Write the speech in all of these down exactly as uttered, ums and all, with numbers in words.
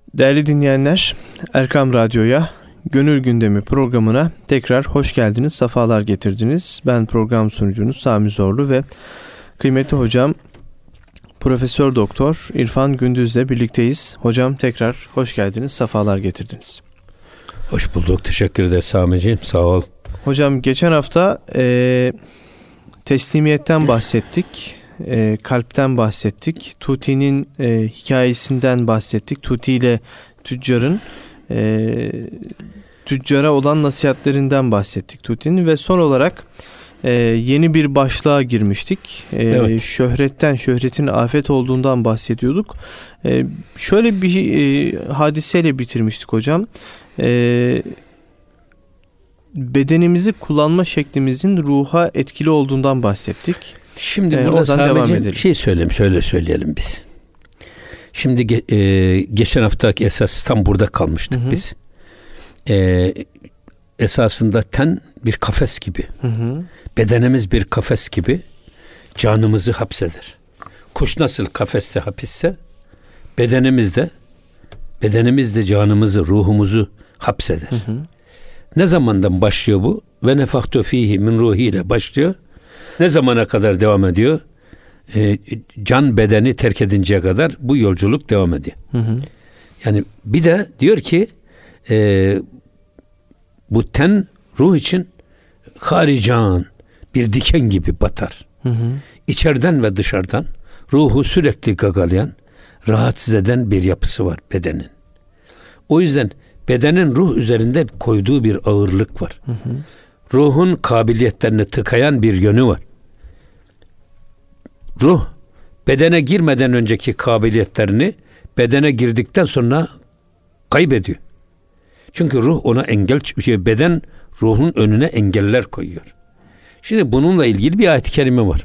Değerli dinleyenler, Erkam Radyo'ya, Gönül Gündemi programına tekrar hoş geldiniz, sefalar getirdiniz. Ben program sunucunuz Sami Zorlu ve kıymetli hocam Profesör Doktor İrfan Gündüz'le birlikteyiz. Hocam tekrar hoş geldiniz, sefalar getirdiniz. Hoş bulduk, teşekkür ederim Sami'ciğim, sağ ol. Hocam geçen hafta e, teslimiyetten bahsettik. E, kalpten bahsettik. Tuti'nin e, hikayesinden bahsettik. Tuti ile tüccarın e, tüccara olan nasihatlerinden bahsettik Tuti'nin ve son olarak e, yeni bir başlığa girmiştik. E, evet. Şöhretten, şöhretin afet olduğundan bahsediyorduk. E, şöyle bir e, hadiseyle bitirmiştik hocam. E, bedenimizi kullanma şeklimizin ruha etkili olduğundan bahsettik. Şimdi ee, burada sadece bir şey söyleyeyim, şöyle söyleyelim biz. Şimdi ge, e, geçen haftaki esas tam burada kalmıştık hı hı. biz. E, esasında ten bir kafes gibi. Hı hı. Bedenimiz bir kafes gibi canımızı hapseder. Kuş nasıl kafeste hapisse bedenimiz de bedenimiz de canımızı, ruhumuzu hapseder. Hı hı. Ne zamandan başlıyor bu? Ve nefaktu fihi min ruhi ile başlıyor. Ne zamana kadar devam ediyor? E, can bedeni terk edinceye kadar bu yolculuk devam ediyor. Hı hı. Yani bir de diyor ki e, bu ten ruh için harican bir diken gibi batar. Hı hı. İçeriden ve dışarıdan ruhu sürekli gagalayan, rahatsız eden bir yapısı var bedenin. O yüzden bedenin ruh üzerinde koyduğu bir ağırlık var. Hı hı. Ruhun kabiliyetlerini tıkayan bir yönü var. Ruh bedene girmeden önceki kabiliyetlerini bedene girdikten sonra kaybediyor. Çünkü ruh ona engel, beden ruhun önüne engeller koyuyor. Şimdi bununla ilgili bir ayet-i kerime var.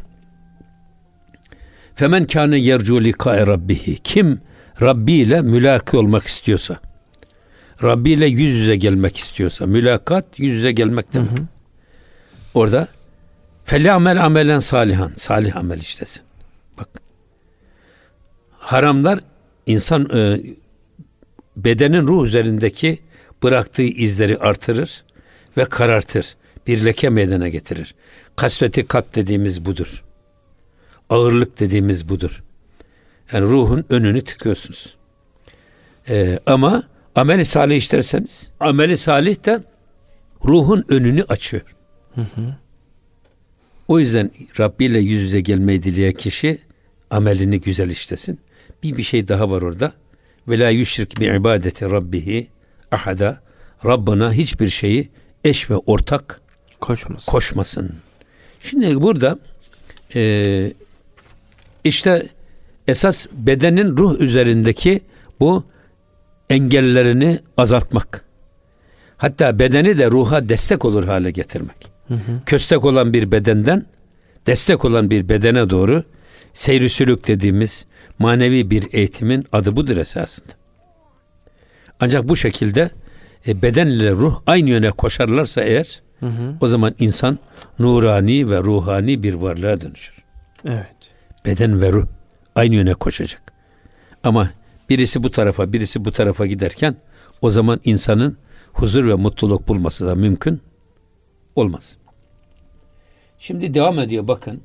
Femen kâne yercu likâe rabbihi. Kim Rabbi ile mülaki olmak istiyorsa, Rabbi ile yüz yüze gelmek istiyorsa, mülakat yüz yüze gelmek demek. Hı hı. Orada fel amel amelen salihan, salih amel işlesin. Bak, haramlar insan e, bedenin ruh üzerindeki bıraktığı izleri artırır ve karartır. Bir leke meydana getirir. Kasveti kalp dediğimiz budur. Ağırlık dediğimiz budur. Yani ruhun önünü tıkıyorsunuz. E, ama ameli salih işlerseniz, ameli salih de ruhun önünü açıyor. Hı hı. O yüzden Rabbi ile yüz yüze gelmeyi dileyen kişi amelini güzel işlesin. Bir bir şey daha var orada. Ve la yüşrik bi ibadeti rabbihi ahada. Rabbına hiçbir şeyi eş ve ortak koşmasın. koşmasın. Şimdi burada e, işte esas bedenin ruh üzerindeki bu engellerini azaltmak. Hatta bedeni de ruha destek olur hale getirmek. Hı hı. Köstek olan bir bedenden destek olan bir bedene doğru seyr-i sülük dediğimiz manevi bir eğitimin adı budur esasında. Ancak bu şekilde e, beden ile ruh aynı yöne koşarlarsa eğer hı hı. o zaman insan nurani ve ruhani bir varlığa dönüşür. Evet. Beden ve ruh aynı yöne koşacak. Ama birisi bu tarafa, birisi bu tarafa giderken o zaman insanın huzur ve mutluluk bulması da mümkün olmaz. Şimdi devam ediyor bakın.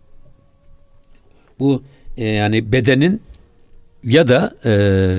Bu e, yani bedenin ya da e,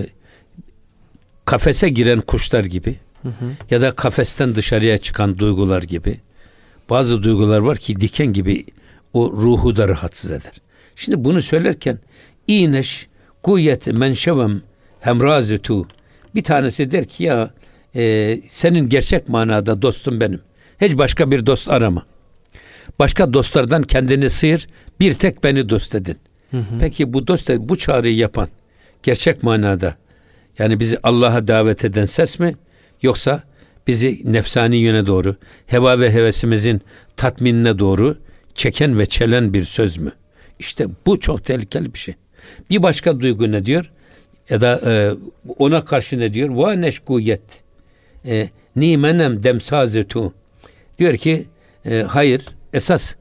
kafese giren kuşlar gibi hı hı. ya da kafesten dışarıya çıkan duygular gibi bazı duygular var ki diken gibi o ruhu da rahatsız eder. Şimdi bunu söylerken İneş kuvvet menşevem hemrazetu, bir tanesi der ki ya e, senin gerçek manada dostum benim. Hiç başka bir dost arama. Başka dostlardan kendini sıyır. Bir tek beni dost edin. Hı hı. Peki bu dost, bu çağrıyı yapan gerçek manada yani bizi Allah'a davet eden ses mi? Yoksa bizi nefsani yöne doğru, heva ve hevesimizin tatminine doğru çeken ve çelen bir söz mü? İşte bu çok tehlikeli bir şey. Bir başka duygu ne diyor? Ya da e, ona karşı ne diyor? Va neşkuyet. Ni menem demsazetu. Diyor ki e, hayır, esas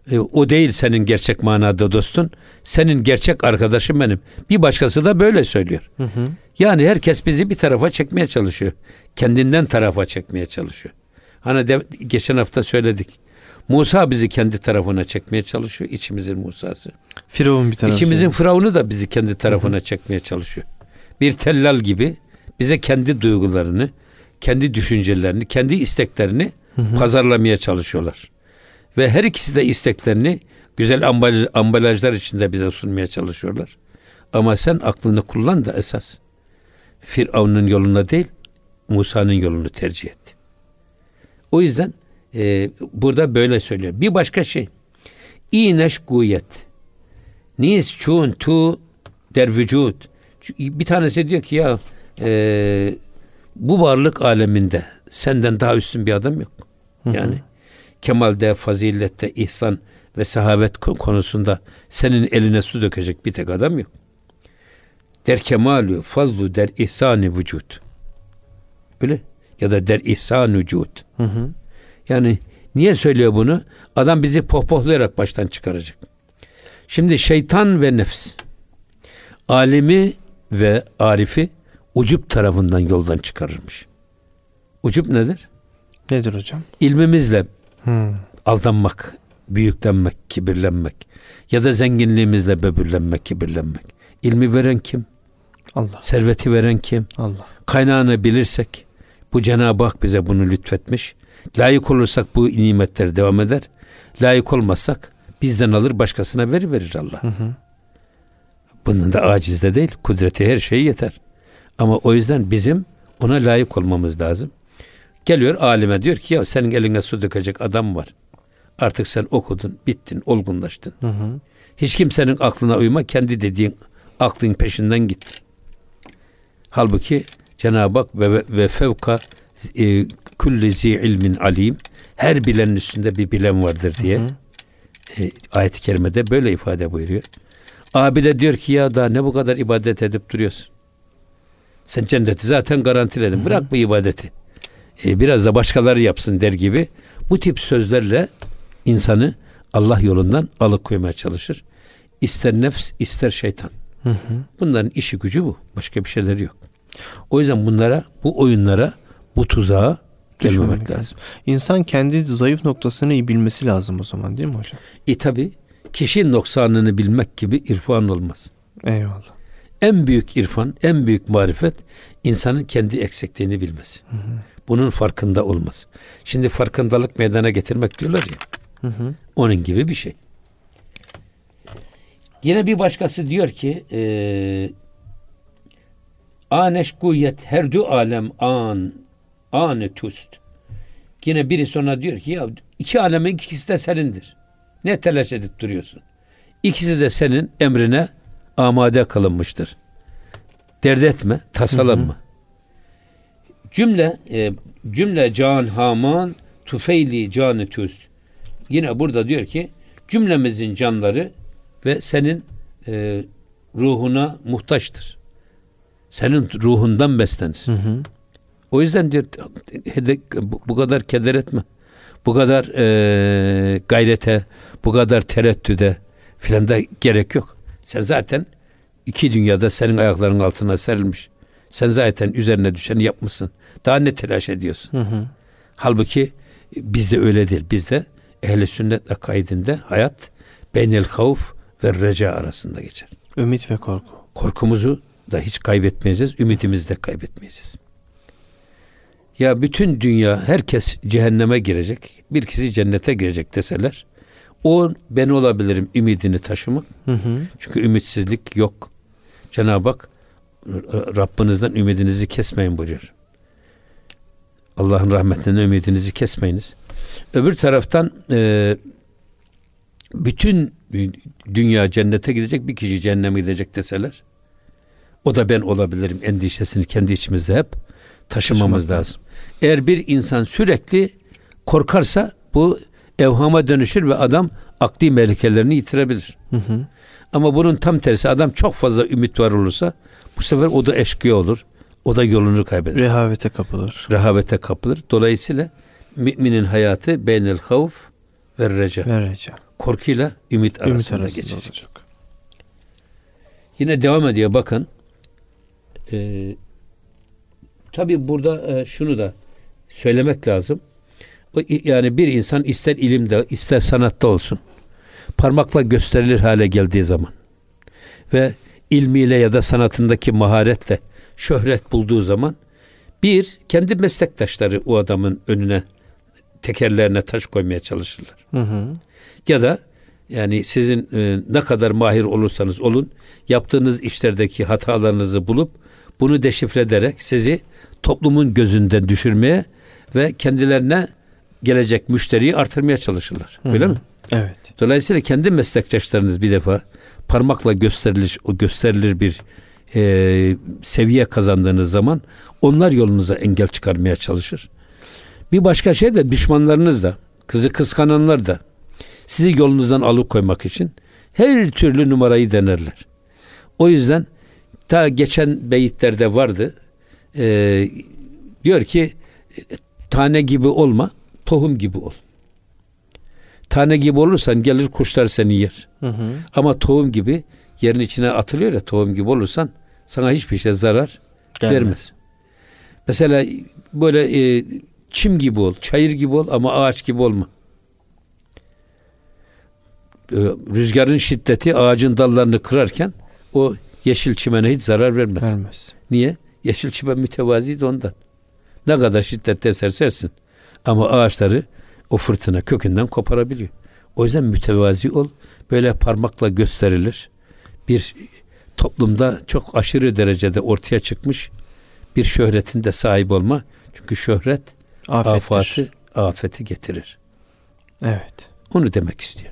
E, o değil senin gerçek manada dostun. Senin gerçek arkadaşın benim. Bir başkası da böyle söylüyor. Hı hı. Yani herkes bizi bir tarafa çekmeye çalışıyor. Kendinden tarafa çekmeye çalışıyor. Hani de, geçen hafta söyledik. Musa bizi kendi tarafına çekmeye çalışıyor. İçimizin Musa'sı. Firavun bir tarafı. İçimizin Firavun'u da bizi kendi tarafına hı hı. çekmeye çalışıyor. Bir tellal gibi bize kendi duygularını, kendi düşüncelerini, kendi isteklerini hı hı. pazarlamaya çalışıyorlar. Ve her ikisi de isteklerini güzel ambalaj, ambalajlar içinde bize sunmaya çalışıyorlar. Ama sen aklını kullan da esas Firavun'un yoluna değil, Musa'nın yolunu tercih et. O yüzden e, burada böyle söylüyor. Bir başka şey. İneş guyet. Nis çun tu der vücut. Bir tanesi diyor ki ya e, bu varlık aleminde senden daha üstün bir adam yok. Yani hı hı. kemalde, fazilette, ihsan ve sahavet konusunda senin eline su dökecek bir tek adam yok. Der kemalü fazlu der ihsani vücut. Öyle. Ya da der ihsan vücut. Hı hı. Yani niye söylüyor bunu? Adam bizi pohpohlayarak baştan çıkaracak. Şimdi şeytan ve nefs alimi ve arifi ucup tarafından yoldan çıkarırmış. Ucup nedir? Nedir hocam? İlmimizle hmm. aldanmak, büyüklenmek, kibirlenmek ya da zenginliğimizle böbürlenmek, kibirlenmek. İlmi veren kim? Allah. Serveti veren kim? Allah. Kaynağını bilirsek bu Cenab-ı Hak bize bunu lütfetmiş. Layık olursak bu nimetler devam eder. Layık olmazsak bizden alır başkasına veri verir Allah. Hı hı. Bunun da acizde değil. Kudreti her şeye yeter. Ama o yüzden bizim ona layık olmamız lazım. Geliyor alime diyor ki ya senin eline su dökecek adam var. Artık sen okudun, bittin, olgunlaştın. Hı hı. Hiç kimsenin aklına uyma, kendi dediğin aklın peşinden git. Halbuki Cenab-ı Hak ve, ve fevka e, kulli zi ilmin alim, her bilenin üstünde bir bilen vardır diye hı hı. E, ayet-i kerimede böyle ifade buyuruyor. Abide diyor ki ya daha ne bu kadar ibadet edip duruyorsun? Sen cenneti zaten garantiledin. Hı hı. Bırak bu ibadeti. E, biraz da başkaları yapsın der gibi bu tip sözlerle insanı Allah yolundan alıkoymaya çalışır. İster nefs, ister şeytan. Hı hı. Bunların işi gücü bu. Başka bir şeyleri yok. O yüzden bunlara, bu oyunlara, bu tuzağa gelmemek lazım. İnsan kendi zayıf noktasını iyi bilmesi lazım o zaman, değil mi hocam? E tabi kişinin noksanını bilmek gibi irfan olmaz. Eyvallah. En büyük irfan, en büyük marifet insanın kendi eksikliğini bilmesi. Hı hı. Bunun farkında olmaz. Şimdi farkındalık meydana getirmek diyorlar ya. Hı hı. Onun gibi bir şey. Yine bir başkası diyor ki e, aneş kuyet her du alem an anı tust. Yine biri sonra diyor ki ya iki alemin ikisi de senindir. Ne telaş edip duruyorsun? İkisi de senin emrine amade kılınmıştır. Dert etme, tasalanma. Hı hı. Cümle e, cümle can haman tufeyli canı tust. Yine burada diyor ki cümlemizin canları ve senin e, ruhuna muhtaçtır. Senin ruhundan beslenir. Hı hı. O yüzden diyor bu, bu kadar keder etme. Bu kadar e, gayrete, bu kadar tereddüde filan da gerek yok. Sen zaten iki dünyada senin ayaklarının altına serilmiş. Sen zaten üzerine düşeni yapmışsın. Daha ne telaş ediyorsun? Hı hı. Halbuki bizde öyle değil. Bizde ehl-i sünnet akaidinde hayat beynel havf ve reca arasında geçer. Ümit ve korku. Korkumuzu da hiç kaybetmeyeceğiz. Ümitimizi de kaybetmeyeceğiz. Ya bütün dünya herkes cehenneme girecek. Bir kişi cennete girecek deseler o ben olabilirim ümidini taşımak. Hı hı. Çünkü ümitsizlik yok. Cenab-ı Hak Rabbinizden ümidinizi kesmeyin buyuruyor. Allah'ın rahmetinden ümidinizi kesmeyiniz. Öbür taraftan e, bütün dünya cennete gidecek, bir kişi cehenneme gidecek deseler o da ben olabilirim endişesini kendi içimizde hep taşımamız Taşımak lazım. Eğer bir insan sürekli korkarsa bu evhama dönüşür ve adam akli melekelerini yitirebilir. Hı hı. Ama bunun tam tersi adam çok fazla ümit var olursa bu sefer o da eşkıya olur. O da yolunu kaybeder. Rehavete kapılır. Rehavete kapılır. Dolayısıyla müminin hayatı beynel havf ve reca. Ve reca. korkuyla ümit arasında, ümit arasında geçecek. olacak. Yine devam ediyor bakın. Ee, tabii burada e, şunu da söylemek lazım. O, yani bir insan ister ilimde ister sanatta olsun parmakla gösterilir hale geldiği zaman ve ilmiyle ya da sanatındaki maharetle şöhret bulduğu zaman bir, kendi meslektaşları o adamın önüne, tekerlerine taş koymaya çalışırlar. Hı hı. Ya da yani sizin e, ne kadar mahir olursanız olun, yaptığınız işlerdeki hatalarınızı bulup bunu deşifre ederek sizi toplumun gözünden düşürmeye ve kendilerine gelecek müşteriyi artırmaya çalışırlar. Hı hı. Öyle mi? Evet. Dolayısıyla kendi meslektaşlarınız bir defa parmakla gösterilir, o gösterilir bir e, seviye kazandığınız zaman onlar yolunuza engel çıkarmaya çalışır. Bir başka şey de düşmanlarınız da, kızı kıskananlar da sizi yolunuzdan alıkoymak için her türlü numarayı denerler. O yüzden ta geçen beyitlerde vardı. E, diyor ki tane gibi olma, tohum gibi ol. Tane gibi olursan gelir kuşlar seni yer. Hı hı. Ama tohum gibi yerin içine atılıyor ya, tohum gibi olursan sana hiçbir şey zarar Gelmez. vermez. Mesela böyle e, çim gibi ol, çayır gibi ol ama ağaç gibi olma. E, rüzgarın şiddeti ağacın dallarını kırarken o yeşil çimene hiç zarar vermez. Vermez. Niye? Yeşil çimen mütevazi de ondan. Ne kadar şiddetle esersersin ama ağaçları o fırtına kökünden koparabiliyor. O yüzden mütevazi ol. Böyle parmakla gösterilir. Bir toplumda çok aşırı derecede ortaya çıkmış bir şöhretin de sahibi olma. Çünkü şöhret Afettir. afatı, afeti getirir. Evet. Onu demek istiyor.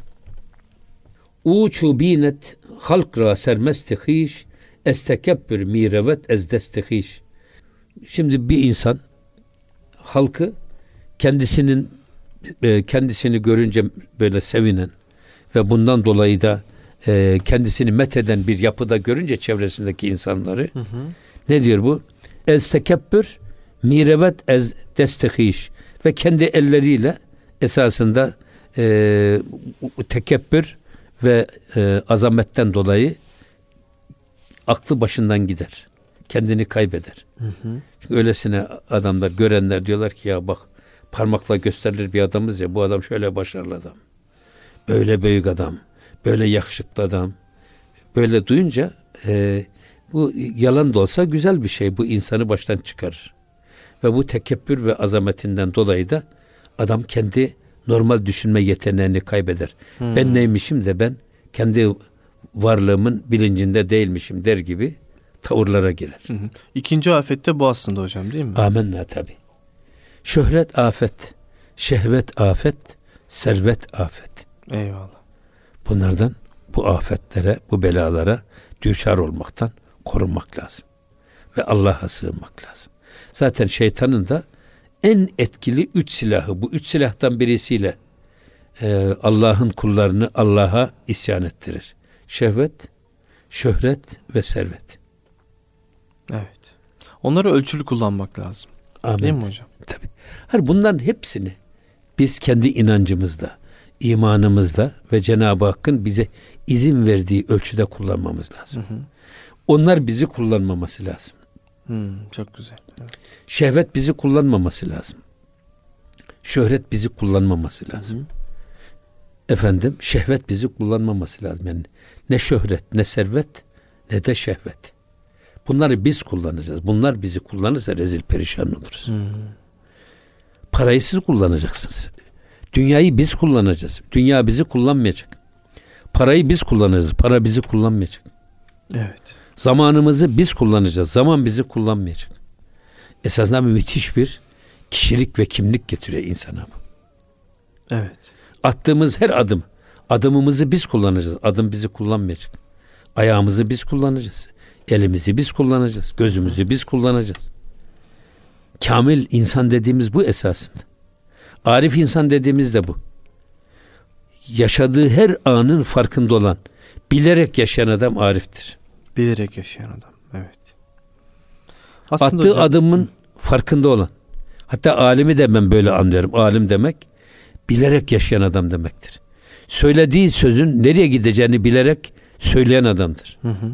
Uçu binet halk ra sermestihiş estekebbür mirevet ezdestihiş. Şimdi bir insan halkı kendisinin kendisini görünce böyle sevinen ve bundan dolayı da e, kendisini metheden bir yapıda görünce çevresindeki insanları hı hı. ne diyor bu? Estekebbür mirevet ez destehiş ve kendi elleriyle esasında e, tekebbür ve e, azametten dolayı aklı başından gider. Kendini kaybeder. Hı hı. Çünkü öylesine adamlar, görenler diyorlar ki ya bak parmakla gösterilir bir adamız ya, bu adam şöyle başarılı adam. Böyle büyük adam. Böyle yakışıklı adam. Böyle duyunca e, bu yalan da olsa güzel bir şey. Bu insanı baştan çıkarır. Ve bu tekebbür ve azametinden dolayı da adam kendi normal düşünme yeteneğini kaybeder. Hmm. Ben neymişim de ben kendi varlığımın bilincinde değilmişim der gibi tavırlara girer. Hı hı. İkinci afette bu aslında hocam, değil mi? Amenna tabii. Şöhret afet, şehvet afet, servet afet. Eyvallah. Bunlardan, bu afetlere, bu belalara düçar olmaktan korunmak lazım. Ve Allah'a sığınmak lazım. Zaten şeytanın da en etkili üç silahı, bu üç silahtan birisiyle e, Allah'ın kullarını Allah'a isyan ettirir. Şehvet, şöhret ve servet. Evet. Onları ölçülü kullanmak lazım. Amin. Değil mi hocam? Tabii. Hayır, bunların hepsini biz kendi inancımızda, imanımızda ve Cenab-ı Hakk'ın bize izin verdiği ölçüde kullanmamız lazım. Hı hı. Onlar bizi kullanmaması lazım. Hmm, çok güzel. Evet. Şehvet bizi kullanmaması lazım. Şöhret bizi kullanmaması lazım. Hı hı. Efendim, şehvet bizi kullanmaması lazım. Yani ne şöhret, ne servet, ne de şehvet. Bunları biz kullanacağız. Bunlar bizi kullanırsa rezil perişan oluruz. Hmm. Parayı siz kullanacaksınız. Dünyayı biz kullanacağız. Dünya bizi kullanmayacak. Parayı biz kullanacağız. Para bizi kullanmayacak. Evet. Zamanımızı biz kullanacağız. Zaman bizi kullanmayacak. Esasında müthiş bir kişilik ve kimlik getiriyor insana bu. Evet. Attığımız her adım, adımımızı biz kullanacağız. Adım bizi kullanmayacak. Ayağımızı biz kullanacağız. Elimizi biz kullanacağız. Gözümüzü biz kullanacağız. Kamil insan dediğimiz bu esasında. Arif insan dediğimiz de bu. Yaşadığı her anın farkında olan, bilerek yaşayan adam ariftir. Bilerek yaşayan adam. Evet. Aslında attığı hocam, adımın farkında olan. Hatta alimi de ben böyle anlıyorum. Alim demek bilerek yaşayan adam demektir. söylediği sözün nereye gideceğini bilerek söyleyen adamdır. Hı hı.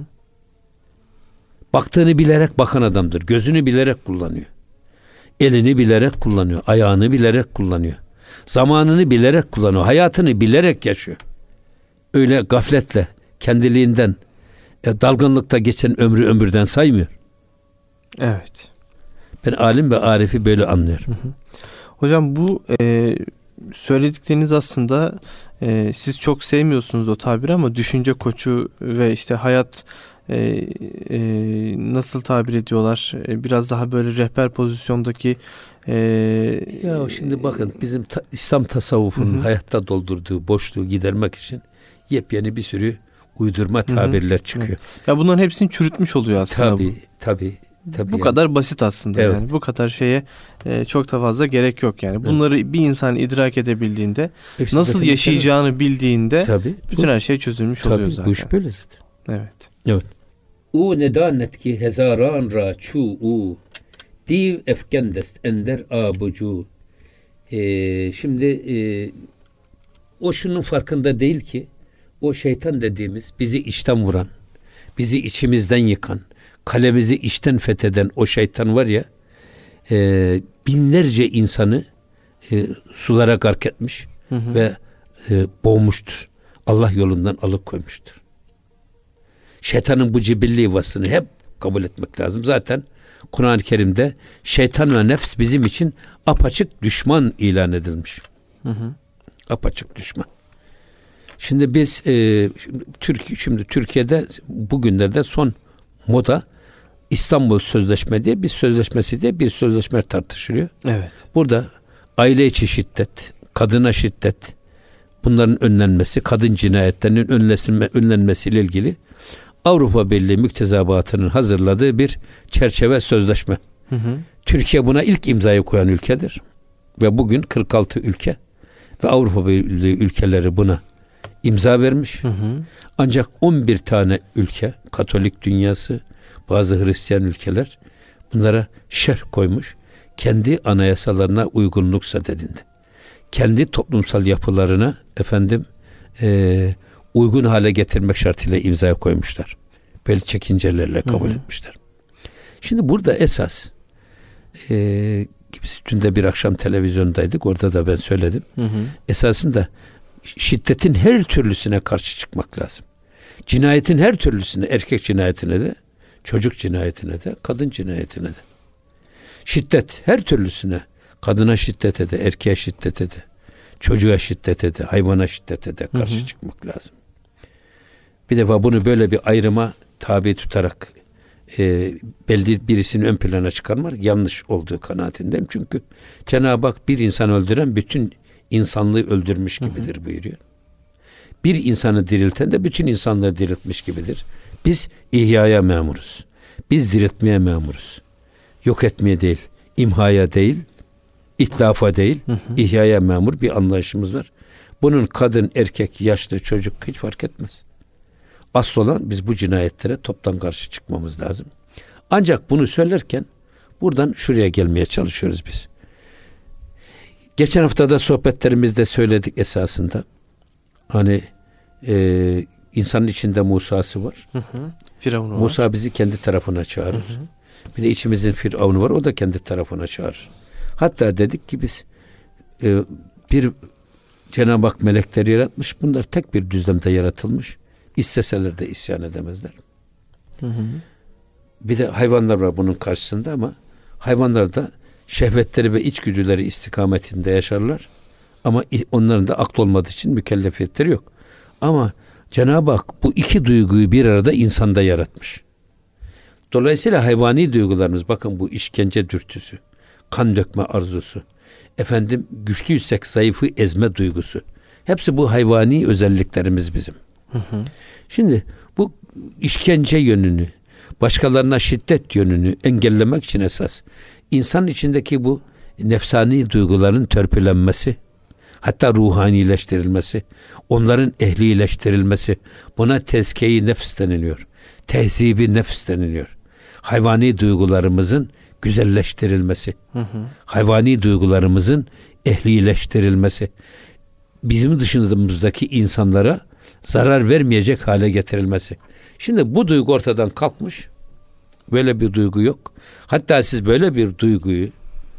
Baktığını bilerek bakan adamdır. Gözünü bilerek kullanıyor. Elini bilerek kullanıyor. Ayağını bilerek kullanıyor. Zamanını bilerek kullanıyor. Hayatını bilerek yaşıyor. Öyle gafletle, kendiliğinden, e, dalgınlıkta geçen ömrü ömürden saymıyor. Evet. Ben alim ve arifi böyle anlıyorum. Hı hı. Hocam bu e, söyledikleriniz aslında e, siz çok sevmiyorsunuz o tabiri ama düşünce koçu ve işte hayat e, e, nasıl tabir ediyorlar? E, biraz daha böyle rehber pozisyondaki e, ya şimdi bakın bizim ta, İslam tasavvufunun hı hı. hayatta doldurduğu boşluğu gidermek için yepyeni bir sürü uydurma tabirler hı hı. çıkıyor. Ya bunların hepsini çürütmüş oluyor aslında. Tabii, bu. tabii. Tabii bu yani. kadar basit aslında evet. Yani bu kadar şeye e, çok da fazla gerek yok yani. Bunları evet. bir insan idrak edebildiğinde, işte nasıl yaşayacağını tabii. bildiğinde tabii, bütün bu, her şey çözülmüş tabii, oluyor zaten. Bu iş böyle zaten. Evet. Evet. U nedanet ki hezaran ra çu u div efkendest ender abucu. Ee, şimdi e, o şunun farkında değil ki o şeytan dediğimiz bizi içten vuran, bizi içimizden yıkan, kalemizi içten fetheden o şeytan var ya, e, binlerce insanı e, sulara gark etmiş hı hı. ve e, boğmuştur. Allah yolundan alıkoymuştur. Şeytanın bu cibilli vasfını hep kabul etmek lazım. Zaten Kur'an-ı Kerim'de şeytan ve nefs bizim için apaçık düşman ilan edilmiş. Hı hı. Apaçık düşman. Şimdi biz e, şimdi, Türkiye, şimdi Türkiye'de bugünlerde son moda İstanbul Sözleşme diye bir sözleşmesi diye bir sözleşme tartışılıyor. Evet. Burada aile içi şiddet, kadına şiddet, bunların önlenmesi, kadın cinayetlerinin önlenmesi, önlenmesiyle ilgili Avrupa Birliği müktesebatının hazırladığı bir çerçeve sözleşme. Hı hı. Türkiye buna ilk imzayı koyan ülkedir. Ve bugün kırk altı ülke ve Avrupa Birliği ülkeleri buna imza vermiş. Hı hı. Ancak on bir tane ülke, Katolik dünyası, bazı Hristiyan ülkeler bunlara şerh koymuş. Kendi anayasalarına uygunluk sadedinde. Kendi toplumsal yapılarına efendim e, uygun hale getirmek şartıyla imzaya koymuşlar. Böyle çekincelerle kabul hı hı. etmişler. Şimdi burada esas e, dün de bir akşam televizyondaydık. Orada da ben söyledim. Hı hı. Esasında şiddetin her türlüsüne karşı çıkmak lazım. Cinayetin her türlüsüne, erkek cinayetine de, çocuk cinayetine de, kadın cinayetine de. Şiddet her türlüsüne, kadına şiddete de, erkeğe şiddete de, çocuğa şiddete de, hayvana şiddete de karşı hı hı. çıkmak lazım. Bir defa bunu böyle bir ayrıma tabi tutarak e, belli birisini ön plana çıkarmak yanlış olduğu kanaatindeyim. Çünkü Cenab-ı Hak bir insan öldüren bütün insanlığı öldürmüş gibidir hı hı. buyuruyor. Bir insanı dirilten de bütün insanlığı diriltmiş gibidir. Biz ihyaya memuruz. Biz diriltmeye memuruz. Yok etmeye değil, imhaya değil, itlafa değil, hı hı. ihyaya memur bir anlayışımız var. Bunun kadın, erkek, yaşlı, çocuk hiç fark etmez. Asıl olan biz bu cinayetlere toptan karşı çıkmamız lazım. Ancak bunu söylerken buradan şuraya gelmeye çalışıyoruz biz. Geçen haftada sohbetlerimizde söyledik esasında. Hani e, insanın içinde Musa'sı var. Hı hı. Firavun var. Musa bizi kendi tarafına çağırır. Hı hı. Bir de içimizin Firavun'u var. O da kendi tarafına çağırır. Hatta dedik ki biz e, bir Cenab-ı Hak melekleri yaratmış. Bunlar tek bir düzlemde yaratılmış. İsteseler de isyan edemezler. Hı hı. Bir de hayvanlar var bunun karşısında ama hayvanlar da şehvetleri ve içgüdüleri istikametinde yaşarlar. Ama onların da aklı olmadığı için mükellefiyetleri yok. Ama Cenab-ı Hak bu iki duyguyu bir arada insanda yaratmış. Dolayısıyla hayvani duygularımız, bakın bu işkence dürtüsü, kan dökme arzusu, efendim güçlüysek zayıfı ezme duygusu. Hepsi bu hayvani özelliklerimiz bizim. Hı hı. Şimdi bu işkence yönünü, başkalarına şiddet yönünü engellemek için esas insanın içindeki bu nefsani duyguların törpülenmesi, hatta ruhanileştirilmesi, onların ehlileştirilmesi, buna tezkiye-i nefs deniliyor. Tehzibi nefs deniliyor. Hayvani duygularımızın güzelleştirilmesi, hı hı. hayvani duygularımızın ehlileştirilmesi. bizim dışımızdaki insanlara zarar vermeyecek hale getirilmesi. Şimdi bu duygu ortadan kalkmış. Böyle bir duygu yok. Hatta siz böyle bir duyguyu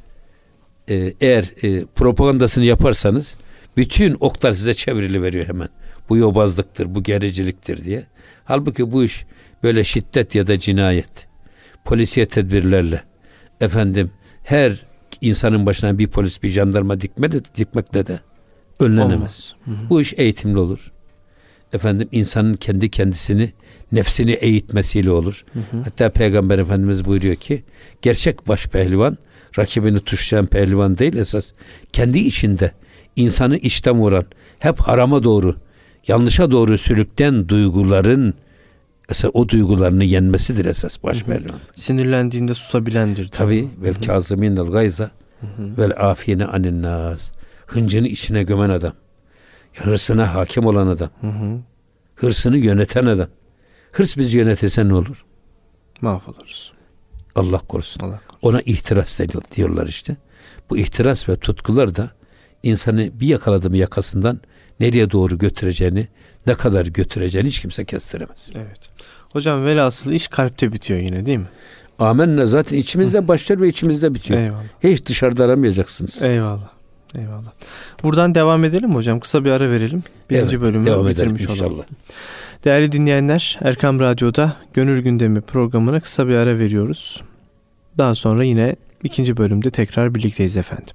e, eğer e, propagandasını yaparsanız bütün oklar size çevriliveriyor hemen. Bu yobazlıktır, bu gericiliktir diye. Halbuki bu iş böyle şiddet ya da cinayet, polisiye tedbirlerle, efendim her insanın başına bir polis, bir jandarma dikme de, dikmekle de önlenemez. Hı hı. Bu iş eğitimli olur. Efendim insanın kendi kendisini, nefsini eğitmesiyle olur. Hı hı. Hatta Peygamber Efendimiz buyuruyor ki gerçek baş pehlivan rakibini tuşlayan pehlivan değil, esas kendi içinde insanı içten vuran, hep harama doğru, yanlışa doğru sürükleyen duyguların esas o duygularını yenmesidir esas baş pehlivan. Sinirlendiğinde susabilendir. Tabii. Vel kâzimînel gayza vel âfîne anin nâs. Hıncını içine gömen adam. Hırsına hakim olan adam. Hı hı. Hırsını yöneten adam. Hırs bizi yönetirse ne olur? Mahvoluruz. Allah korusun. Allah korusun. Ona ihtiras deniyor, diyorlar işte. Bu ihtiras ve tutkular da insanı bir yakaladı mı yakasından nereye doğru götüreceğini, ne kadar götüreceğini hiç kimse kestiremez. Evet. Hocam velhasıl iş kalpte bitiyor yine, değil mi? Amenna, zaten içimizde başlar ve içimizde bitiyor. Eyvallah. Hiç dışarıda aramayacaksınız. Eyvallah. Eyvallah. Buradan devam edelim mi hocam? Kısa bir ara verelim. Birinci evet, bölümü bitirmiş olalım. Değerli dinleyenler, Erkam Radyo'da Gönül Gündemi programına kısa bir ara veriyoruz. Daha sonra yine ikinci bölümde tekrar birlikteyiz efendim.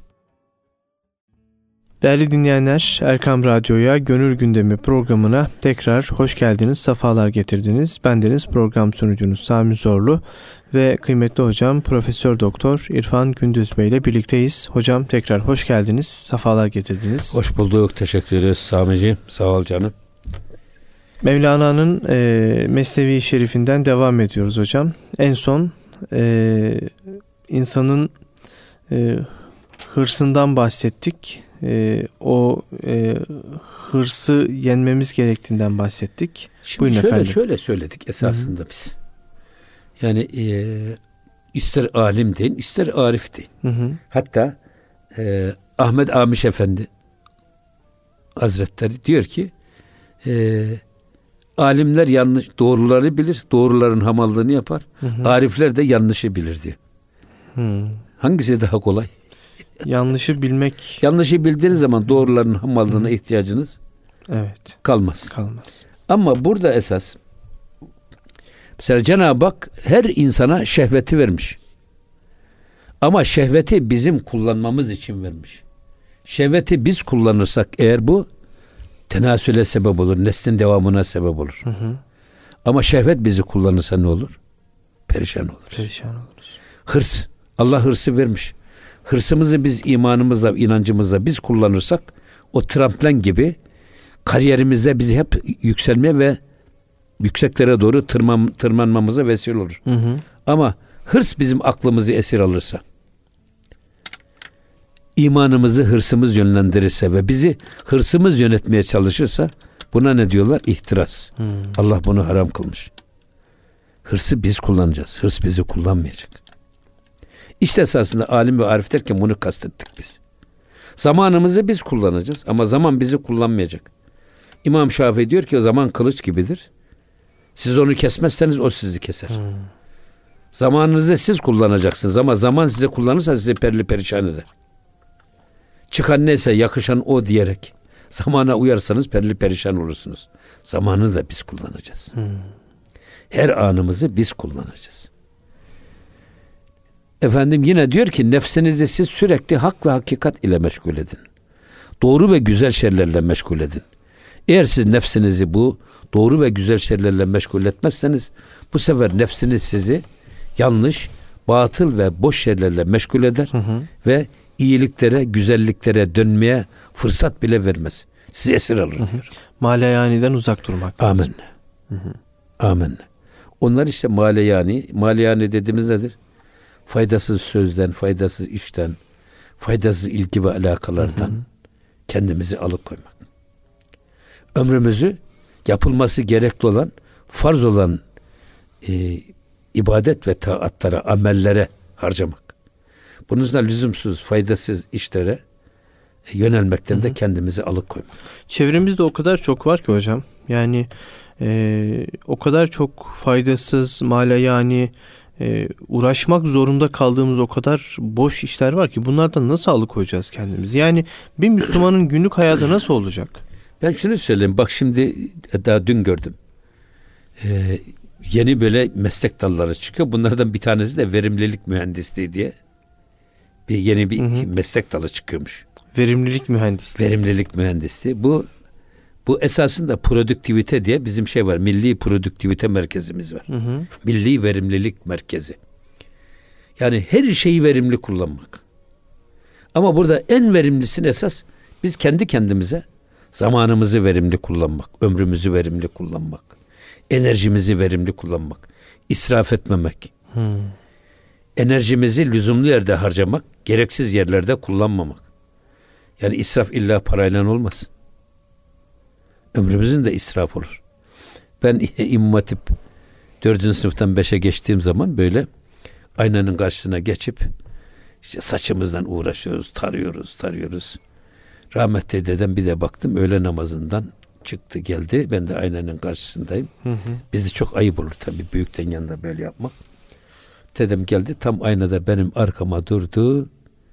Değerli dinleyenler, Erkam Radyo'ya Gönül Gündemi programına tekrar hoş geldiniz, sefalar getirdiniz. Bendeniz program sunucunuz Sami Zorlu ve kıymetli hocam Profesör Doktor İrfan Gündüz Bey ile birlikteyiz. Hocam tekrar hoş geldiniz, sefalar getirdiniz. Hoş bulduk, teşekkür ederiz Sami'ciğim, sağ ol canım. Mevlana'nın e, Mesnevi Şerifinden devam ediyoruz hocam. En son e, insanın e, hırsından bahsettik. E, o e, hırsı yenmemiz gerektiğinden bahsettik. Şimdi Buyurun şöyle, efendim. Şöyle söyledik esasında Hı-hı. biz. Yani e, ister alim deyin, ister arif deyin. Hı-hı. Hatta e, Ahmet Amiş Efendi Hazretleri diyor ki e, alimler yanlış doğruları bilir, doğruların hamallığını yapar. Hı-hı. Arifler de yanlışı bilir diyor. Hı. Hangisi daha kolay? Yanlışı bilmek. Yanlışı bildiğiniz zaman doğruların hamallığına Hı. ihtiyacınız evet. kalmaz. Kalmaz. Ama burada esas mesela Cenab-ı Hak her insana şehveti vermiş. Ama şehveti bizim kullanmamız için vermiş. Şehveti biz kullanırsak eğer bu tenasüle sebep olur, neslin devamına sebep olur. Hı hı. Ama şehvet bizi kullanırsa ne olur? Perişan oluruz. Perişan oluruz. Hırs. Allah hırsı vermiş. Hırsımızı biz imanımızla, inancımızla biz kullanırsak o tramplen gibi kariyerimizde bizi hep yükselmeye ve yükseklere doğru tırman, tırmanmamıza vesile olur. Hı hı. Ama hırs bizim aklımızı esir alırsa, imanımızı hırsımız yönlendirirse ve bizi hırsımız yönetmeye çalışırsa buna ne diyorlar? İhtiras. Hmm. Allah bunu haram kılmış. Hırsı biz kullanacağız. Hırs bizi kullanmayacak. İşte esasında alim ve arif derken bunu kastettik biz. Zamanımızı biz kullanacağız ama zaman bizi kullanmayacak. İmam Şafii diyor ki o zaman kılıç gibidir. Siz onu kesmezseniz o sizi keser. Hmm. Zamanınızı siz kullanacaksınız ama zaman sizi kullanırsa sizi perli perişan eder. Çıkan neyse yakışan o diyerek zamana uyarsanız perli perişan olursunuz. Zamanı da biz kullanacağız. Hmm. Her anımızı biz kullanacağız. Efendim yine diyor ki nefsinizi siz sürekli hak ve hakikat ile meşgul edin. Doğru ve güzel şeylerle meşgul edin. Eğer siz nefsinizi bu doğru ve güzel şeylerle meşgul etmezseniz bu sefer nefsiniz sizi yanlış, batıl ve boş şeylerle meşgul eder hı hı. ve iyiliklere, güzelliklere dönmeye fırsat bile vermez. Sizi esir alır diyor. Hı hı. Maleyaniden uzak durmak lazım. Amenna. Hı hı. Amenna. Onlar işte maleyani. Maleyani dediğimiz nedir? Faydasız sözden, faydasız işten, faydasız ilgi ve alakalardan hı hı. kendimizi alıkoymak. Ömrümüzü yapılması gerekli olan, farz olan e, ibadet ve taatlara, amellere harcamak. Bunun da lüzumsuz, faydasız işlere yönelmekten de kendimizi alıkoymak. Çevremizde o kadar çok var ki hocam. Yani e, o kadar çok faydasız, malayani, e, uğraşmak zorunda kaldığımız o kadar boş işler var ki bunlardan nasıl alıkoyacağız kendimizi? Yani bir Müslümanın günlük hayatı nasıl olacak? Ben şunu söyleyeyim. Bak şimdi daha dün gördüm. Ee, yeni böyle meslek dalları çıkıyor. Bunlardan bir tanesi de verimlilik mühendisliği diye. Bir yeni bir hı hı. meslek dalı çıkıyormuş. Verimlilik mühendisliği. Verimlilik mühendisliği. Bu bu esasında produktivite diye bizim şey var. Milli Produktivite Merkezimiz var. Hı hı. Milli Verimlilik Merkezi. Yani her şeyi verimli kullanmak. Ama burada en verimlisini esas biz kendi kendimize zamanımızı verimli kullanmak, ömrümüzü verimli kullanmak, enerjimizi verimli kullanmak, israf etmemek. Hmm. Enerjimizi lüzumlu yerde harcamak, gereksiz yerlerde kullanmamak. Yani israf illa parayla olmaz. Ömrümüzün de israf olur. Ben İmam Hatip dördüncü sınıftan beşe geçtiğim zaman böyle aynanın karşısına geçip işte saçımızdan uğraşıyoruz, tarıyoruz, tarıyoruz. Rahmetli dedem bir de baktım öğle namazından çıktı geldi. Ben de aynanın karşısındayım. Hı hı. Bizde çok ayıp olur tabii büyükten yanında böyle yapmak. Dedem geldi tam aynada benim arkama durdu.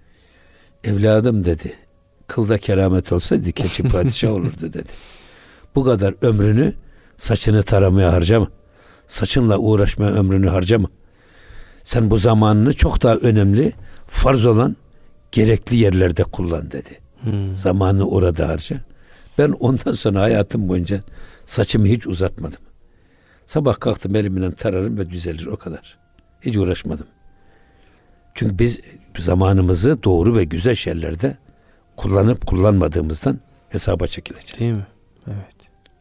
Evladım dedi. Kılda keramet olsaydı keçi padişah olurdu dedi. Bu kadar ömrünü saçını taramaya harcama. Saçınla uğraşmaya ömrünü harcama. Sen bu zamanını çok daha önemli, farz olan gerekli yerlerde kullan dedi. Hmm. Zamanını orada harca. Ben ondan sonra hayatım boyunca saçımı hiç uzatmadım. Sabah kalktım elimle tararım ve düzelir o kadar. Hiç uğraşmadım. Çünkü biz zamanımızı doğru ve güzel şeylerde kullanıp kullanmadığımızdan hesaba çekileceğiz. Değil mi? Evet.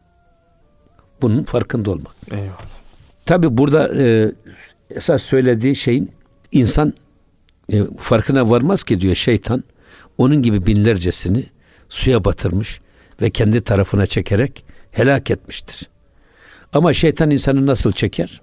Bunun farkında olmak. Eyvallah. Tabii burada e, esas söylediği şeyin insan e, farkına varmaz ki diyor şeytan. Onun gibi binlercesini suya batırmış ve kendi tarafına çekerek helak etmiştir. Ama şeytan insanı nasıl çeker?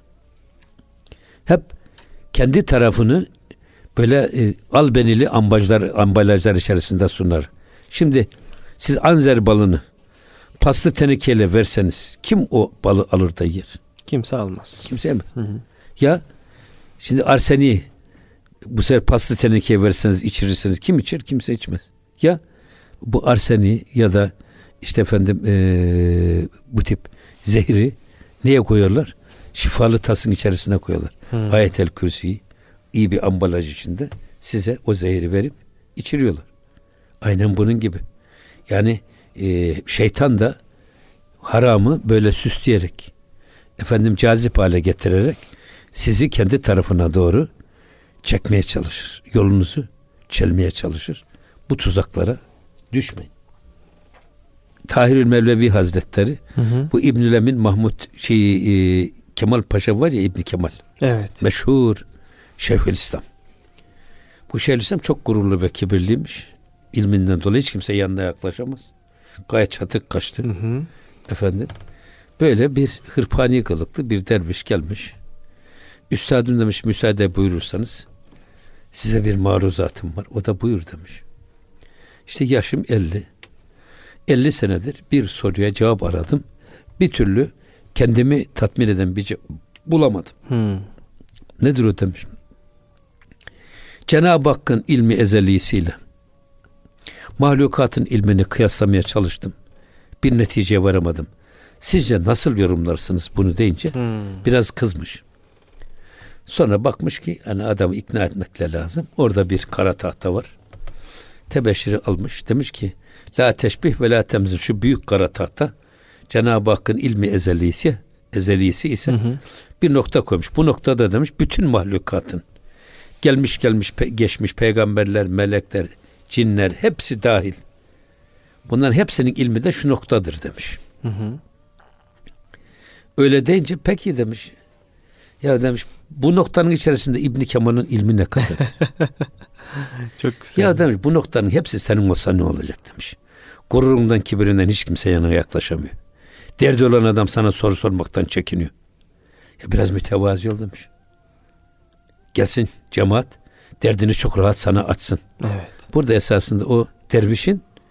Hep kendi tarafını böyle e, albenili ambalajlar, ambalajlar içerisinde sunar. Şimdi siz anzer balını paslı tenekeyle verseniz kim o balı alır da yer? Kimse almaz. Kimse yemez. Hı hı. Ya şimdi arseniği bu sefer paslı tenekeye verseniz içirirseniz kim içer? Kimse içmez. Ya bu arseniği ya da işte efendim ee, bu tip zehri neye koyuyorlar? Şifalı tasın içerisine koyuyorlar. Hmm. Ayet-el Kürsi'yi iyi bir ambalaj içinde size o zehri verip içiriyorlar. Aynen bunun gibi. Yani e, şeytan da haramı böyle süsleyerek efendim cazip hale getirerek sizi kendi tarafına doğru çekmeye çalışır. Yolunuzu çelmeye çalışır. Bu tuzaklara düşmeyin. Tahirül Mevlevi Hazretleri hı hı. bu İbnül Emin Mahmud şey e, Kemal Paşa var ya İbni Kemal. Evet. Meşhur Şeyhülislam. Bu Şeyhülislam çok gururlu ve kibirliymiş. İlminden dolayı hiç kimse yanına yaklaşamaz. Gayet çatık kaçtı. Hı hı. Efendim. Böyle bir hırpani kılıklı bir derviş gelmiş. Üstadım demiş müsaade buyurursanız size bir maruzatım var. O da buyur demiş. İşte yaşım elli. elli senedir bir soruya cevap aradım. Bir türlü kendimi tatmin eden bir cevap bulamadım. Hmm. Nedir o demiş. Cenab-ı Hakk'ın ilmi ezelisiyle mahlukatın ilmini kıyaslamaya çalıştım. Bir neticeye varamadım. Sizce nasıl yorumlarsınız bunu deyince hmm. biraz kızmış. Sonra bakmış ki hani adamı ikna etmekle lazım. Orada bir kara tahta var. Tebeşiri almış. Demiş ki la teşbih ve la temzil. Şu büyük kara tahta Cenab-ı Hakk'ın ilmi ezelisi, ezelisi ise hı hı. bir nokta koymuş. Bu noktada demiş bütün mahlukatın gelmiş gelmiş pe- geçmiş peygamberler, melekler, cinler hepsi dahil. Bunların hepsinin ilmi de şu noktadır demiş. Hı hı. Öyle deyince peki demiş. Ya demiş bu noktanın içerisinde İbn Kemal'in ilmi ne kadar? Çok güzel. Ya demiş bu noktanın hepsi senin olsa ne olacak demiş. Gururundan, kibirinden hiç kimse yanına yaklaşamıyor. Derdi olan adam sana soru sormaktan çekiniyor. Ya biraz mütevazi ol demiş. Gelsin cemaat derdini çok rahat sana açsın. Evet. Burada esasında o dervişin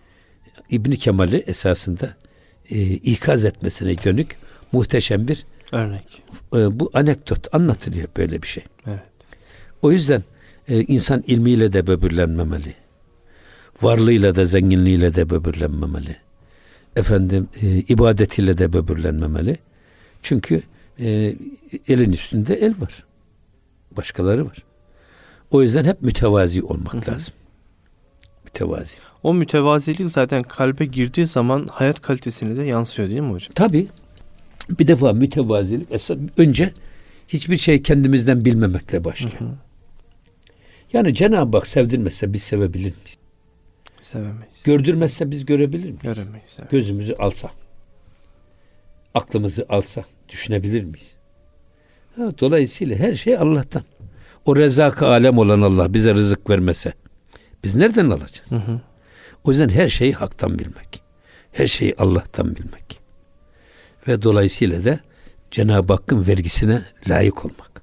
İbn Kemal'i esasında e, ikaz etmesine dönük muhteşem bir örnek. E, bu anekdot anlatılıyor böyle bir şey. Evet. O yüzden e, insan ilmiyle de böbürlenmemeli. Varlığıyla da zenginliğiyle de böbürlenmemeli. Efendim e, ibadetiyle de böbürlenmemeli. Çünkü e, elin üstünde el var. Başkaları var. O yüzden hep mütevazi olmak hı hı. lazım. Mütevazi. O mütevazilik zaten kalbe girdiği zaman hayat kalitesine de yansıyor değil mi hocam? Tabii. Bir defa mütevazilik esas önce hiçbir şey kendimizden bilmemekle başlıyor. Hı hı. Yani Cenab-ı Hak sevdirmezse biz sevebilir miyiz? Sevemeyiz. Gördürmezse biz görebilir miyiz? Göremeyiz. Evet. Gözümüzü alsa, aklımızı alsa düşünebilir miyiz? Ha, dolayısıyla her şey Allah'tan. O rezak-ı alem olan Allah bize rızık vermese biz nereden alacağız? Hı hı. O yüzden her şeyi haktan bilmek. Her şeyi Allah'tan bilmek. Ve dolayısıyla da Cenab-ı Hakk'ın vergisine layık olmak.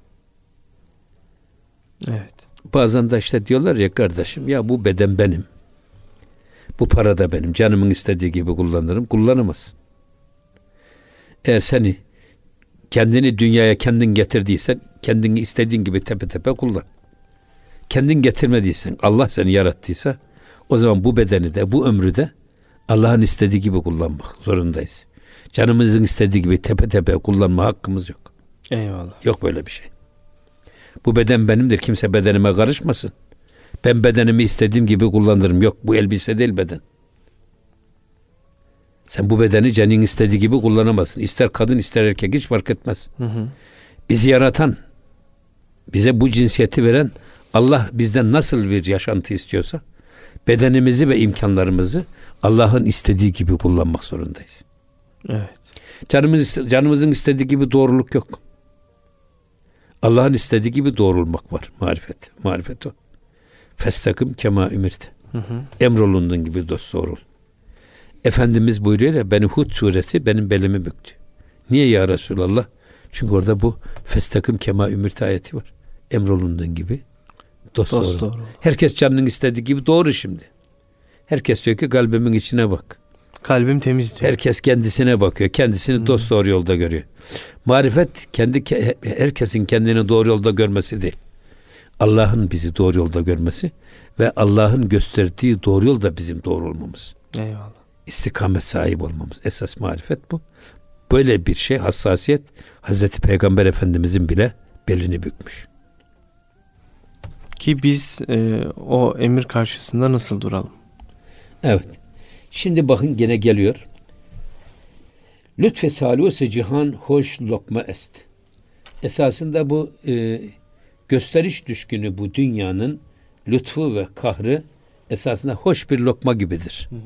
Evet. Bazen de işte diyorlar ya kardeşim ya bu beden benim. Bu para da benim. Canımın istediği gibi kullanırım. Kullanamazsın. Eğer seni kendini dünyaya kendin getirdiysen kendini istediğin gibi tepe tepe kullan. Kendin getirmediysen Allah seni yarattıysa o zaman bu bedeni de bu ömrü de Allah'ın istediği gibi kullanmak zorundayız. Canımızın istediği gibi tepe tepe kullanma hakkımız yok. Eyvallah. Yok böyle bir şey. Bu beden benimdir. Kimse bedenime karışmasın. Ben bedenimi istediğim gibi kullanırım. Yok bu elbise değil beden. Sen bu bedeni canın istediği gibi kullanamazsın. İster kadın ister erkek hiç fark etmez. Hı hı. Bizi yaratan, bize bu cinsiyeti veren Allah bizden nasıl bir yaşantı istiyorsa bedenimizi ve imkanlarımızı Allah'ın istediği gibi kullanmak zorundayız. Evet. Canımız, canımızın istediği gibi doğruluk yok. Allah'ın istediği gibi doğrulmak var. Marifet. Marifet o. Festakım kema ümirte. Emrolunduğun gibi dosdoğru ol. Efendimiz buyuruyor ya beni Hud suresi benim belimi büktü. Niye ya Resulallah? Çünkü orada bu festakım kema ümirte ayeti var. Emrolunduğun gibi dosdoğru. Dosdoğru. Herkes canının istediği gibi doğru şimdi. Herkes diyor ki kalbimin içine bak. Kalbim temiz diyor. Herkes kendisine bakıyor. Kendisini hmm. dosdoğru yolda görüyor. Marifet kendi herkesin kendini doğru yolda görmesi değil. Allah'ın bizi doğru yolda görmesi ve Allah'ın gösterdiği doğru yolda bizim doğru olmamız. Eyvallah. İstikamet sahibi olmamız. Esas marifet bu. Böyle bir şey, hassasiyet Hazreti Peygamber Efendimizin bile belini bükmüş. Ki biz e, o emir karşısında nasıl duralım? Evet. Şimdi bakın gene geliyor. Lütfe salûs-i cihan hoş lokma est. Esasında bu e, gösteriş düşkünü bu dünyanın lütfu ve kahrı esasında hoş bir lokma gibidir. Hı hı.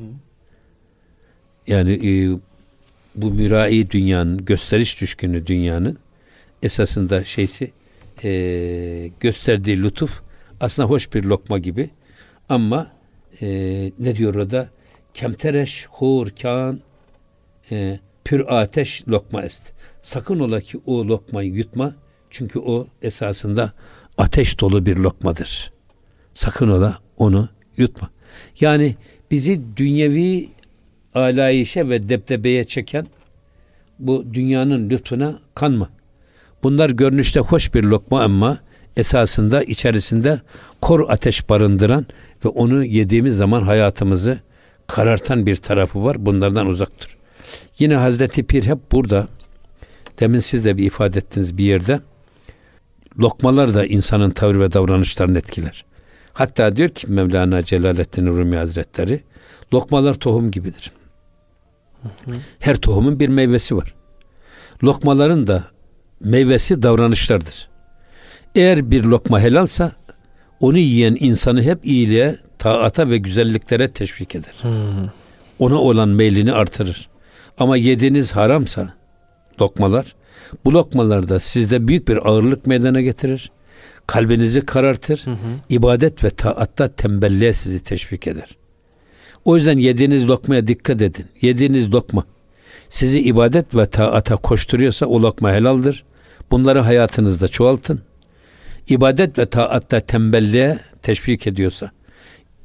Yani e, bu mürai dünyanın, gösteriş düşkünü dünyanın esasında şeysi e, gösterdiği lütuf aslında hoş bir lokma gibi ama e, ne diyor orada? Kemtereş hur kan e, pür ateş lokma est. Sakın ola ki o lokmayı yutma çünkü o esasında ateş dolu bir lokmadır. Sakın ola onu yutma. Yani bizi dünyevi alayişe ve debdebeye çeken bu dünyanın lütfuna kanma. Bunlar görünüşte hoş bir lokma ama esasında içerisinde kor ateş barındıran ve onu yediğimiz zaman hayatımızı karartan bir tarafı var. Bunlardan uzak dur. Yine Hazreti Pir hep burada. Demin siz de bir ifade ettiniz bir yerde. Lokmalar da insanın tavır ve davranışlarını etkiler. Hatta diyor ki Mevlana Celaleddin Rumi Hazretleri, lokmalar tohum gibidir. Hı hı. Her tohumun bir meyvesi var. Lokmaların da meyvesi davranışlardır. Eğer bir lokma helalsa onu yiyen insanı hep iyiliğe, taata ve güzelliklere teşvik eder. Hı. Ona olan meylini artırır. Ama yediğiniz haramsa lokmalar, bu lokmalarda sizde büyük bir ağırlık meydana getirir. Kalbinizi karartır. Hı hı. İbadet ve taatta tembelliğe sizi teşvik eder. O yüzden yediğiniz lokmaya dikkat edin. Yediğiniz lokma sizi ibadet ve taata koşturuyorsa o lokma helaldir. Bunları hayatınızda çoğaltın. İbadet ve taatta tembelliğe teşvik ediyorsa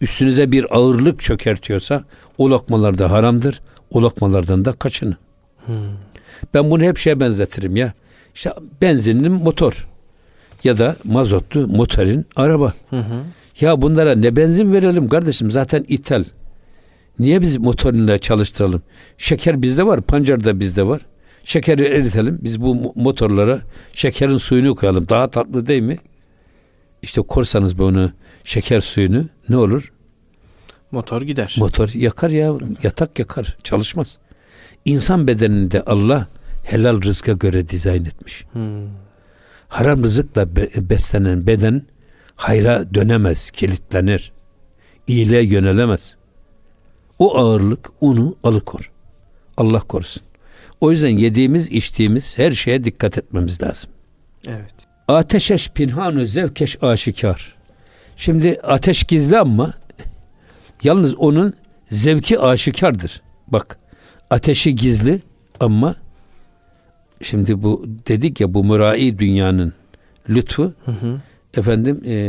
üstünüze bir ağırlık çökertiyorsa o lokmalar da haramdır. O lokmalardan da kaçının. Hmm. Ben bunu hep şeye benzetirim ya. İşte benzinli motor ya da mazotlu motorin araba. Hı hı. Ya bunlara ne benzin verelim kardeşim, zaten ithal. Niye biz motorla çalıştıralım? Şeker bizde var, pancar da bizde var. Şekeri eritelim. Biz bu motorlara şekerin suyunu koyalım. Daha tatlı değil mi? İşte korsanız bunu şeker suyunu ne olur? Motor gider. Motor yakar ya. Yatak yakar. Çalışmaz. İnsan bedeninde Allah helal rızka göre dizayn etmiş. Hmm. Haram rızıkla be- beslenen beden hayra dönemez, kilitlenir. İyiliğe yönelemez. O ağırlık onu alıkor. Allah korusun. O yüzden yediğimiz, içtiğimiz her şeye dikkat etmemiz lazım. Evet. Ateşeş pinhanu zevkeş aşikar. Şimdi ateş gizli ama yalnız onun zevki aşikardır. Bak, ateşi gizli ama şimdi bu dedik ya, bu mürai dünyanın lütfu hı hı. efendim e,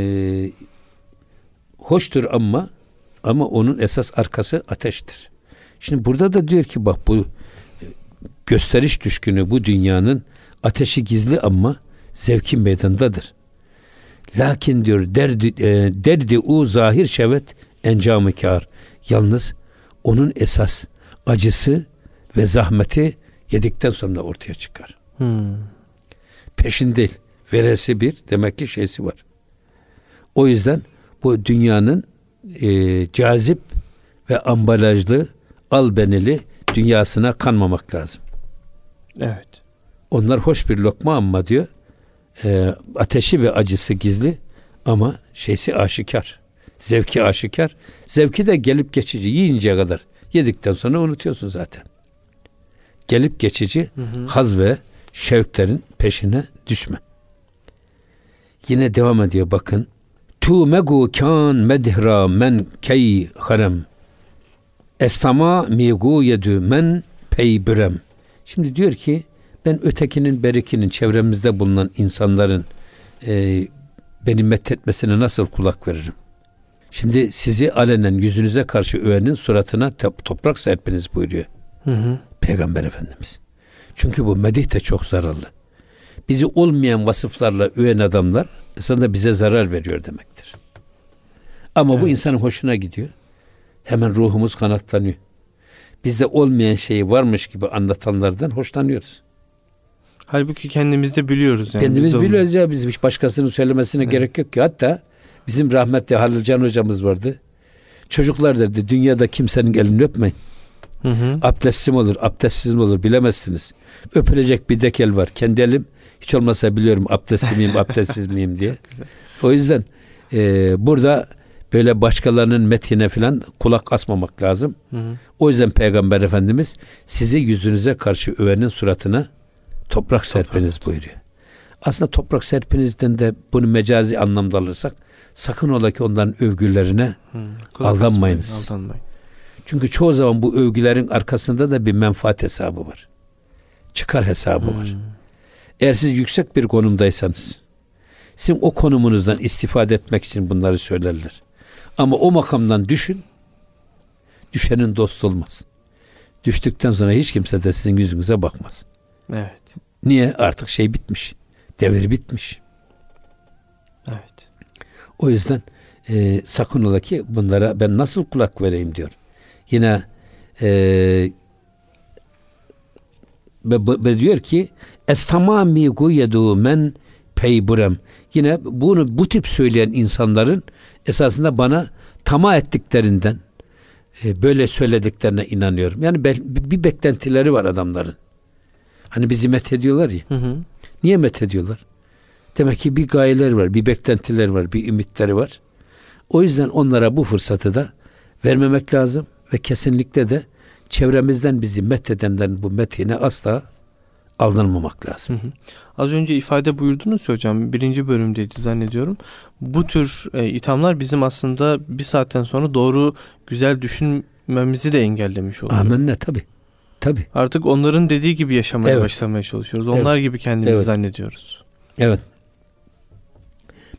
hoştur ama ama onun esas arkası ateştir. Şimdi burada da diyor ki bak, bu gösteriş düşkünü bu dünyanın ateşi gizli ama zevki meydandadır. Lakin diyor derdi, e, derdi u zahir şevet encamı kâr. Yalnız onun esas acısı ve zahmeti yedikten sonra ortaya çıkar. Hmm. Peşin değil. Veresi bir, demek ki şeysi var. O yüzden bu dünyanın e, cazip ve ambalajlı, albenili dünyasına kanmamak lazım. Evet. Onlar hoş bir lokma ama diyor, e, ateşi ve acısı gizli ama şeysi aşikar. Zevki aşikar. Zevki de gelip geçici. Yiyinceye kadar. Yedikten sonra unutuyorsun zaten. Gelip geçici hı hı. haz ve şevklerin peşine düşme. Yine devam ediyor bakın. Tu megu kan medhra men key harem. Estama migu yedü men peybürem. Şimdi diyor ki ben ötekinin, berikinin, çevremizde bulunan insanların e, beni methetmesine nasıl kulak veririm? Şimdi sizi alenen yüzünüze karşı övenin suratına toprak serpiniz buyuruyor. Hı hı. Peygamber Efendimiz. Çünkü bu medih de çok zararlı. Bizi olmayan vasıflarla öven adamlar aslında bize zarar veriyor demektir. Ama evet. bu insanın hoşuna gidiyor. Hemen ruhumuz kanatlanıyor. Bizde olmayan şeyi varmış gibi anlatanlardan hoşlanıyoruz. Halbuki kendimizde biliyoruz. Yani. Kendimiz Biz biliyoruz ya. Biz hiç başkasının söylemesine evet. gerek yok ki. Hatta bizim rahmetli Halil Can hocamız vardı. Çocuklar derdi, dünyada kimsenin elini öpmeyin. Hı hı. Abdestsiz olur, abdestsiz mi olur bilemezsiniz. Öpülecek bir tek el var. Kendi elim hiç olmasa biliyorum abdestli miyim, abdestsiz miyim diye. O yüzden e, burada böyle başkalarının methine falan kulak asmamak lazım. Hı hı. O yüzden Peygamber Efendimiz sizi yüzünüze karşı övenin suratına toprak serpiniz buyuruyor. Aslında toprak serpinizden de bunu mecazi anlamda alırsak sakın ola ki onların övgülerine hı, aldanmayınız. Aldanmayın. Çünkü çoğu zaman bu övgülerin arkasında da bir menfaat hesabı var. Çıkar hesabı hmm. var. Eğer siz yüksek bir konumdaysanız, sizin o konumunuzdan istifade etmek için bunları söylerler. Ama o makamdan düşün, düşenin dost olmaz. Düştükten sonra hiç kimse de sizin yüzünüze bakmaz. Evet. Niye? Artık şey bitmiş. Devir bitmiş. Evet. O yüzden e, sakın ola ki bunlara ben nasıl kulak vereyim diyor. Yine e, be, be diyor ki estamami guyedu men peyburem. Yine bunu bu tip söyleyen insanların esasında bana tamah ettiklerinden e, böyle söylediklerine inanıyorum. Yani be, bir beklentileri var adamların. Hani bizi methediyorlar ya. Hı hı. Niye methediyorlar? Demek ki bir gayeler var, bir beklentiler var, bir ümitleri var. O yüzden onlara bu fırsatı da vermemek lazım ve kesinlikle de çevremizden bizi methedenlerin bu methine asla aldanmamak lazım. Hı hı. Az önce ifade buyurdunuz ya hocam, birinci bölümdeydi zannediyorum. Bu tür e, ithamlar bizim aslında bir saatten sonra doğru, güzel düşünmemizi de engellemiş oluyor. Amenna tabii. Tabii. Artık onların dediği gibi yaşamaya evet. başlamaya çalışıyoruz. Onlar evet. gibi kendimizi evet. zannediyoruz. Evet.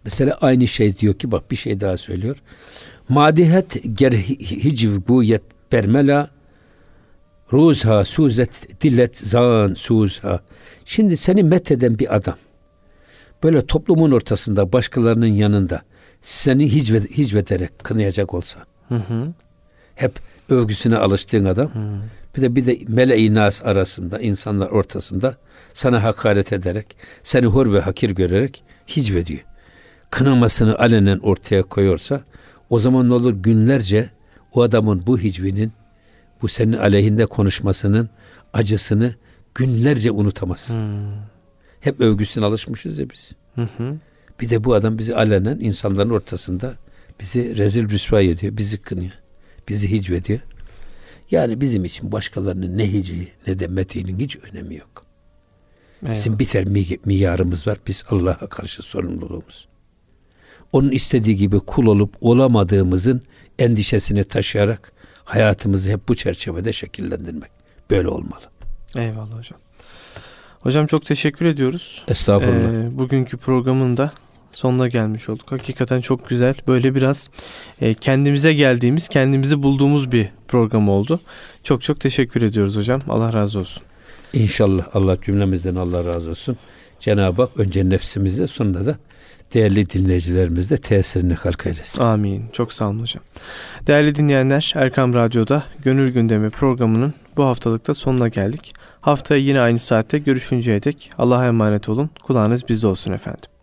Mesela aynı şey diyor ki, bak bir şey daha söylüyor. Madihet ger hicv buyet bermela ruzha suzet dillet zan suzha. Şimdi seni metheden bir adam böyle toplumun ortasında, başkalarının yanında seni hicve, hicvederek kınayacak olsa, hı hı. hep övgüsüne alıştığın adam, hı. bir de bir de mele-i nas arasında, insanlar ortasında sana hakaret ederek, seni hor ve hakir görerek hicvediyor. Kınamasını alenen ortaya koyuyorsa, o zaman ne olur? Günlerce o adamın bu hicvinin, bu senin aleyhinde konuşmasının acısını günlerce unutamazsın. Hmm. Hep övgüsüne alışmışız ya biz. Hı hı. Bir de bu adam bizi alenen insanların ortasında bizi rezil rüsva ediyor, bizi kınıyor, bizi hicvediyor. Yani bizim için başkalarının ne hicvi ne de metinin hiç önemi yok. Eyvallah. Bizim biter miyarımız var. Biz Allah'a karşı sorumluluğumuz. Onun istediği gibi kul olup olamadığımızın endişesini taşıyarak hayatımızı hep bu çerçevede şekillendirmek. Böyle olmalı. Eyvallah hocam. Hocam çok teşekkür ediyoruz. Estağfurullah. Ee, bugünkü programın da sonuna gelmiş olduk. Hakikaten çok güzel. Böyle biraz e, kendimize geldiğimiz, kendimizi bulduğumuz bir program oldu. Çok çok teşekkür ediyoruz hocam. Allah razı olsun. İnşallah Allah cümlemizden Allah razı olsun. Cenab-ı Hak önce nefsimizde, sonra da değerli dinleyicilerimizde tesirini halk eylesin. Amin. Çok sağ olun hocam. Değerli dinleyenler, Erkam Radyo'da Gönül Gündemi programının bu haftalıkta sonuna geldik. Haftaya yine aynı saatte görüşünceye dek Allah'a emanet olun. Kulağınız bizde olsun efendim.